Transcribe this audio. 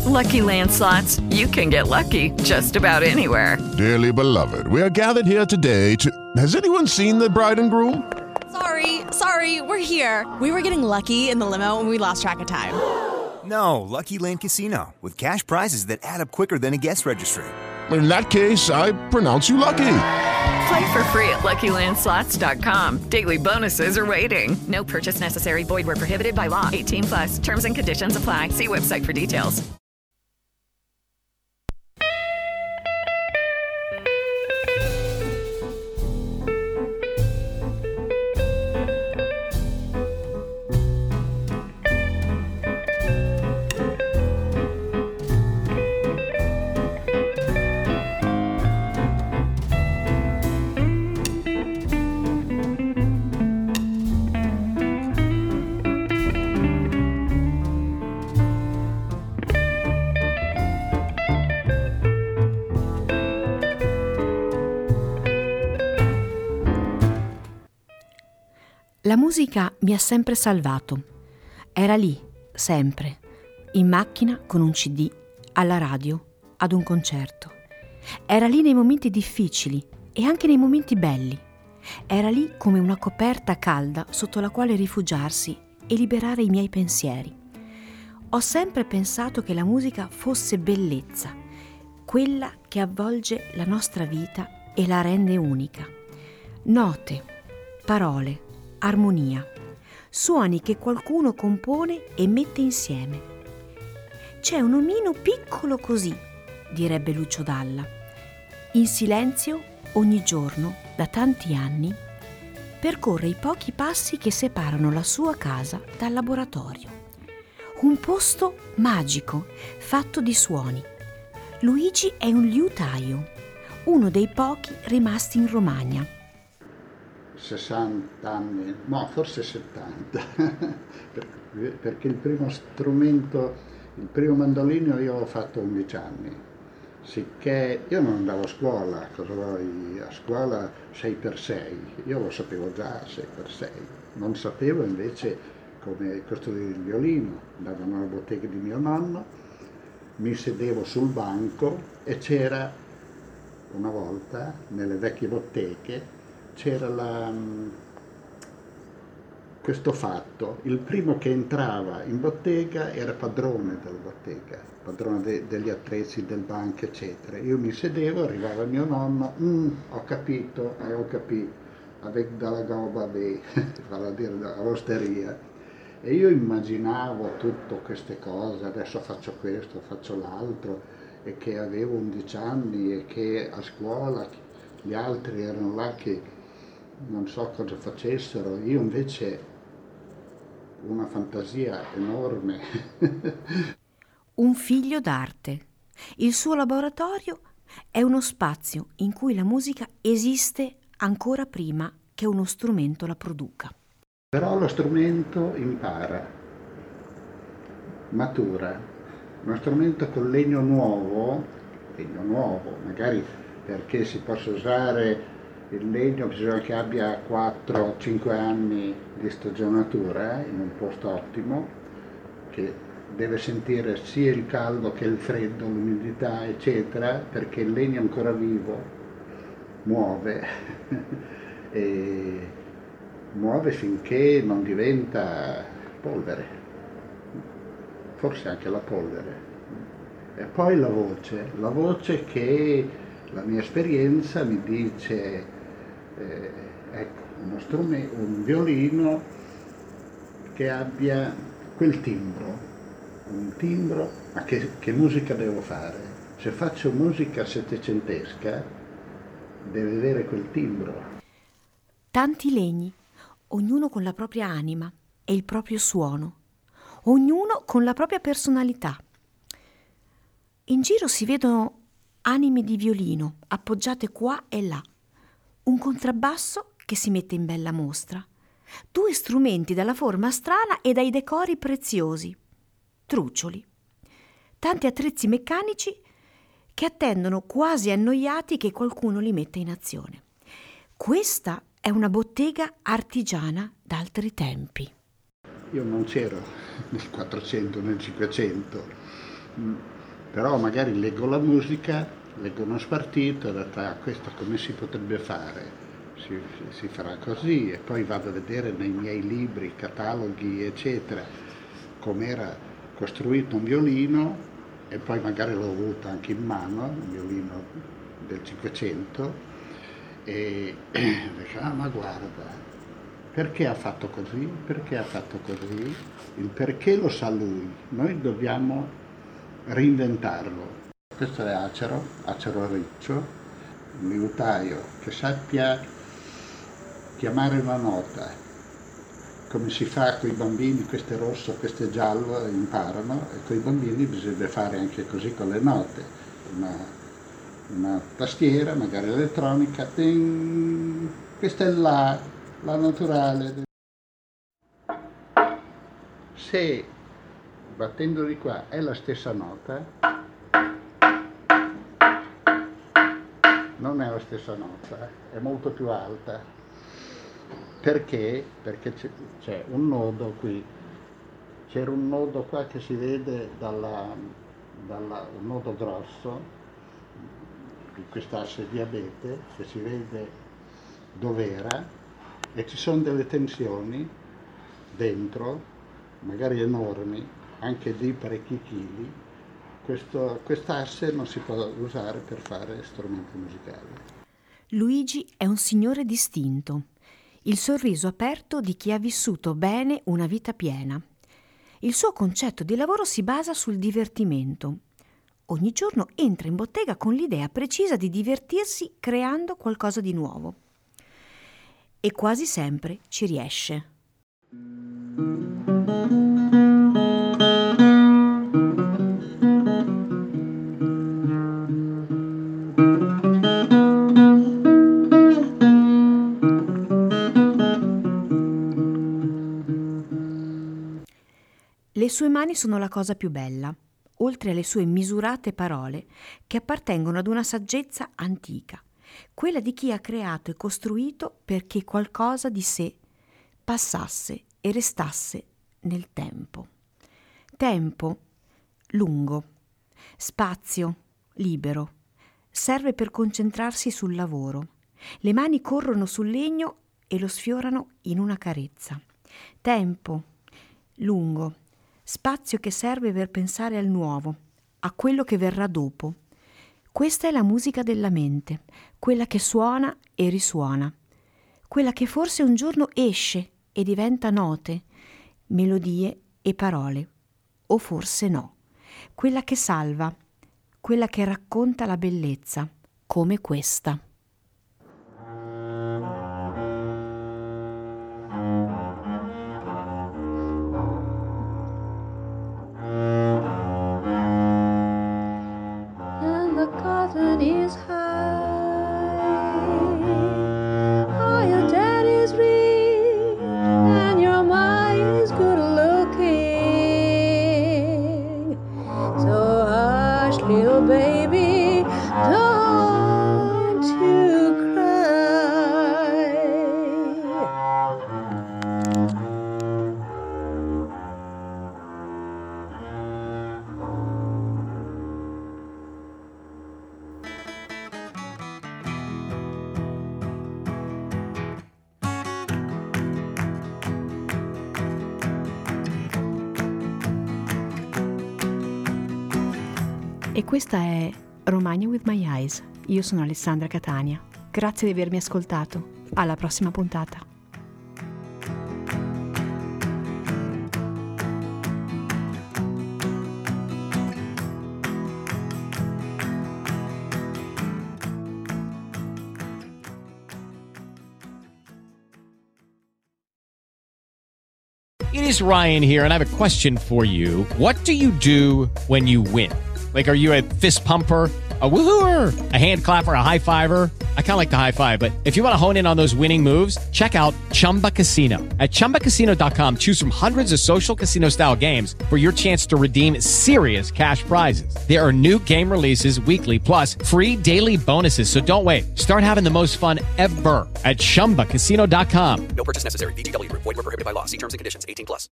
Lucky Land Slots, you can get lucky just about anywhere. Dearly beloved, we are gathered here today to... Has anyone seen the bride and groom? Sorry, we're here. We were getting lucky in the limo and we lost track of time. No, Lucky Land Casino, with cash prizes that add up quicker than a guest registry. In that case, I pronounce you lucky. Play for free at LuckyLandSlots.com. Daily bonuses are waiting. No purchase necessary. Void where prohibited by law. 18+. Terms and conditions apply. See website for details. La musica mi ha sempre salvato. Era lì, sempre, in macchina con un CD, alla radio, ad un concerto. Era lì nei momenti difficili e anche nei momenti belli. Era lì come una coperta calda sotto la quale rifugiarsi e liberare i miei pensieri. Ho sempre pensato che la musica fosse bellezza, quella che avvolge la nostra vita e la rende unica. Note, parole, armonia, suoni che qualcuno compone e mette insieme. C'è un omino piccolo così, direbbe Lucio Dalla, in silenzio ogni giorno, da tanti anni, percorre i pochi passi che separano la sua casa dal laboratorio. Un posto magico, fatto di suoni. Luigi è un liutaio, uno dei pochi rimasti in Romagna. 60 anni, no, forse 70, perché il primo strumento, il primo mandolino io ho fatto 11 anni, sicché io non andavo a scuola, cosa vuoi, a scuola 6x6, io lo sapevo già 6x6, non sapevo invece come costruire il violino. Andavo nella bottega di mio nonno, mi sedevo sul banco e c'era, una volta, nelle vecchie botteghe, c'era questo fatto: il primo che entrava in bottega era padrone della bottega, padrone degli attrezzi, del banco, eccetera. Io mi sedevo, arrivava mio nonno, ho capito, avec de la goba vale a dire all'osteria. E io immaginavo tutte queste cose, adesso faccio questo, faccio l'altro, e che avevo 11 anni e che a scuola gli altri erano là che non so cosa facessero, io invece una fantasia enorme. Un figlio d'arte. Il suo laboratorio è uno spazio in cui la musica esiste ancora prima che uno strumento la produca. Però lo strumento impara, matura. Uno strumento con legno nuovo, magari perché si possa usare il legno, bisogna che abbia 4-5 anni di stagionatura in un posto ottimo, che deve sentire sia il caldo che il freddo, l'umidità, eccetera, perché il legno è ancora vivo, muove, e muove finché non diventa polvere, forse anche la polvere. E poi la voce che la mia esperienza mi dice, ecco, un violino che abbia quel timbro, un timbro, ma che musica devo fare? Se faccio musica settecentesca, deve avere quel timbro. Tanti legni, ognuno con la propria anima e il proprio suono, ognuno con la propria personalità. In giro si vedono anime di violino appoggiate qua e là, un contrabbasso che si mette in bella mostra, due strumenti dalla forma strana e dai decori preziosi, trucioli, tanti attrezzi meccanici che attendono quasi annoiati che qualcuno li metta in azione. Questa è una bottega artigiana d'altri tempi. Io non c'ero nel 400, nel 500, però magari leggo la musica, leggo uno spartito, ho detto, questo come si potrebbe fare? Si farà così, e poi vado a vedere nei miei libri, cataloghi, eccetera, com'era costruito un violino, e poi magari l'ho avuto anche in mano, un violino del 500, e dico, ma guarda, perché ha fatto così? Perché ha fatto così? Il perché lo sa lui, noi dobbiamo reinventarlo. Questo è acero riccio, un liutaio che sappia chiamare una nota, come si fa con i bambini, questo è rosso, questo è giallo, imparano, e con i bambini bisogna fare anche così con le note, una tastiera, magari elettronica, ting, questa è la naturale. Se battendo di qua è la stessa nota, non è la stessa nota, è molto più alta. Perché? Perché c'è un nodo qui, c'era un nodo qua che si vede un nodo grosso di quest'asse diabete, che si vede dov'era, e ci sono delle tensioni dentro, magari enormi, anche di parecchi chili. Quest'asse non si può usare per fare strumenti musicali. Luigi è un signore distinto, il sorriso aperto di chi ha vissuto bene una vita piena. Il suo concetto di lavoro si basa sul divertimento. Ogni giorno entra in bottega con l'idea precisa di divertirsi creando qualcosa di nuovo. E quasi sempre ci riesce. Le sue mani sono la cosa più bella, oltre alle sue misurate parole che appartengono ad una saggezza antica, quella di chi ha creato e costruito perché qualcosa di sé passasse e restasse nel tempo. Tempo lungo, spazio libero, serve per concentrarsi sul lavoro. Le mani corrono sul legno e lo sfiorano in una carezza. Tempo lungo, spazio che serve per pensare al nuovo, a quello che verrà dopo. Questa è la musica della mente, quella che suona e risuona, quella che forse un giorno esce e diventa note, melodie e parole, o forse no, quella che salva, quella che racconta la bellezza, come questa. E questa è Romagna with My Eyes. Io sono Alessandra Catania. Grazie di avermi ascoltato. Alla prossima puntata. It is Ryan here, and I have a question for you. What do you do when you win? Like, are you a fist pumper, a woohooer, a hand clapper, a high fiver? I kind of like the high five, but if you want to hone in on those winning moves, check out Chumba Casino. At ChumbaCasino.com, choose from hundreds of social casino style games for your chance to redeem serious cash prizes. There are new game releases weekly, plus free daily bonuses. So don't wait. Start having the most fun ever at ChumbaCasino.com. No purchase necessary. VGW Group. Void where prohibited by law. See terms and conditions. 18+.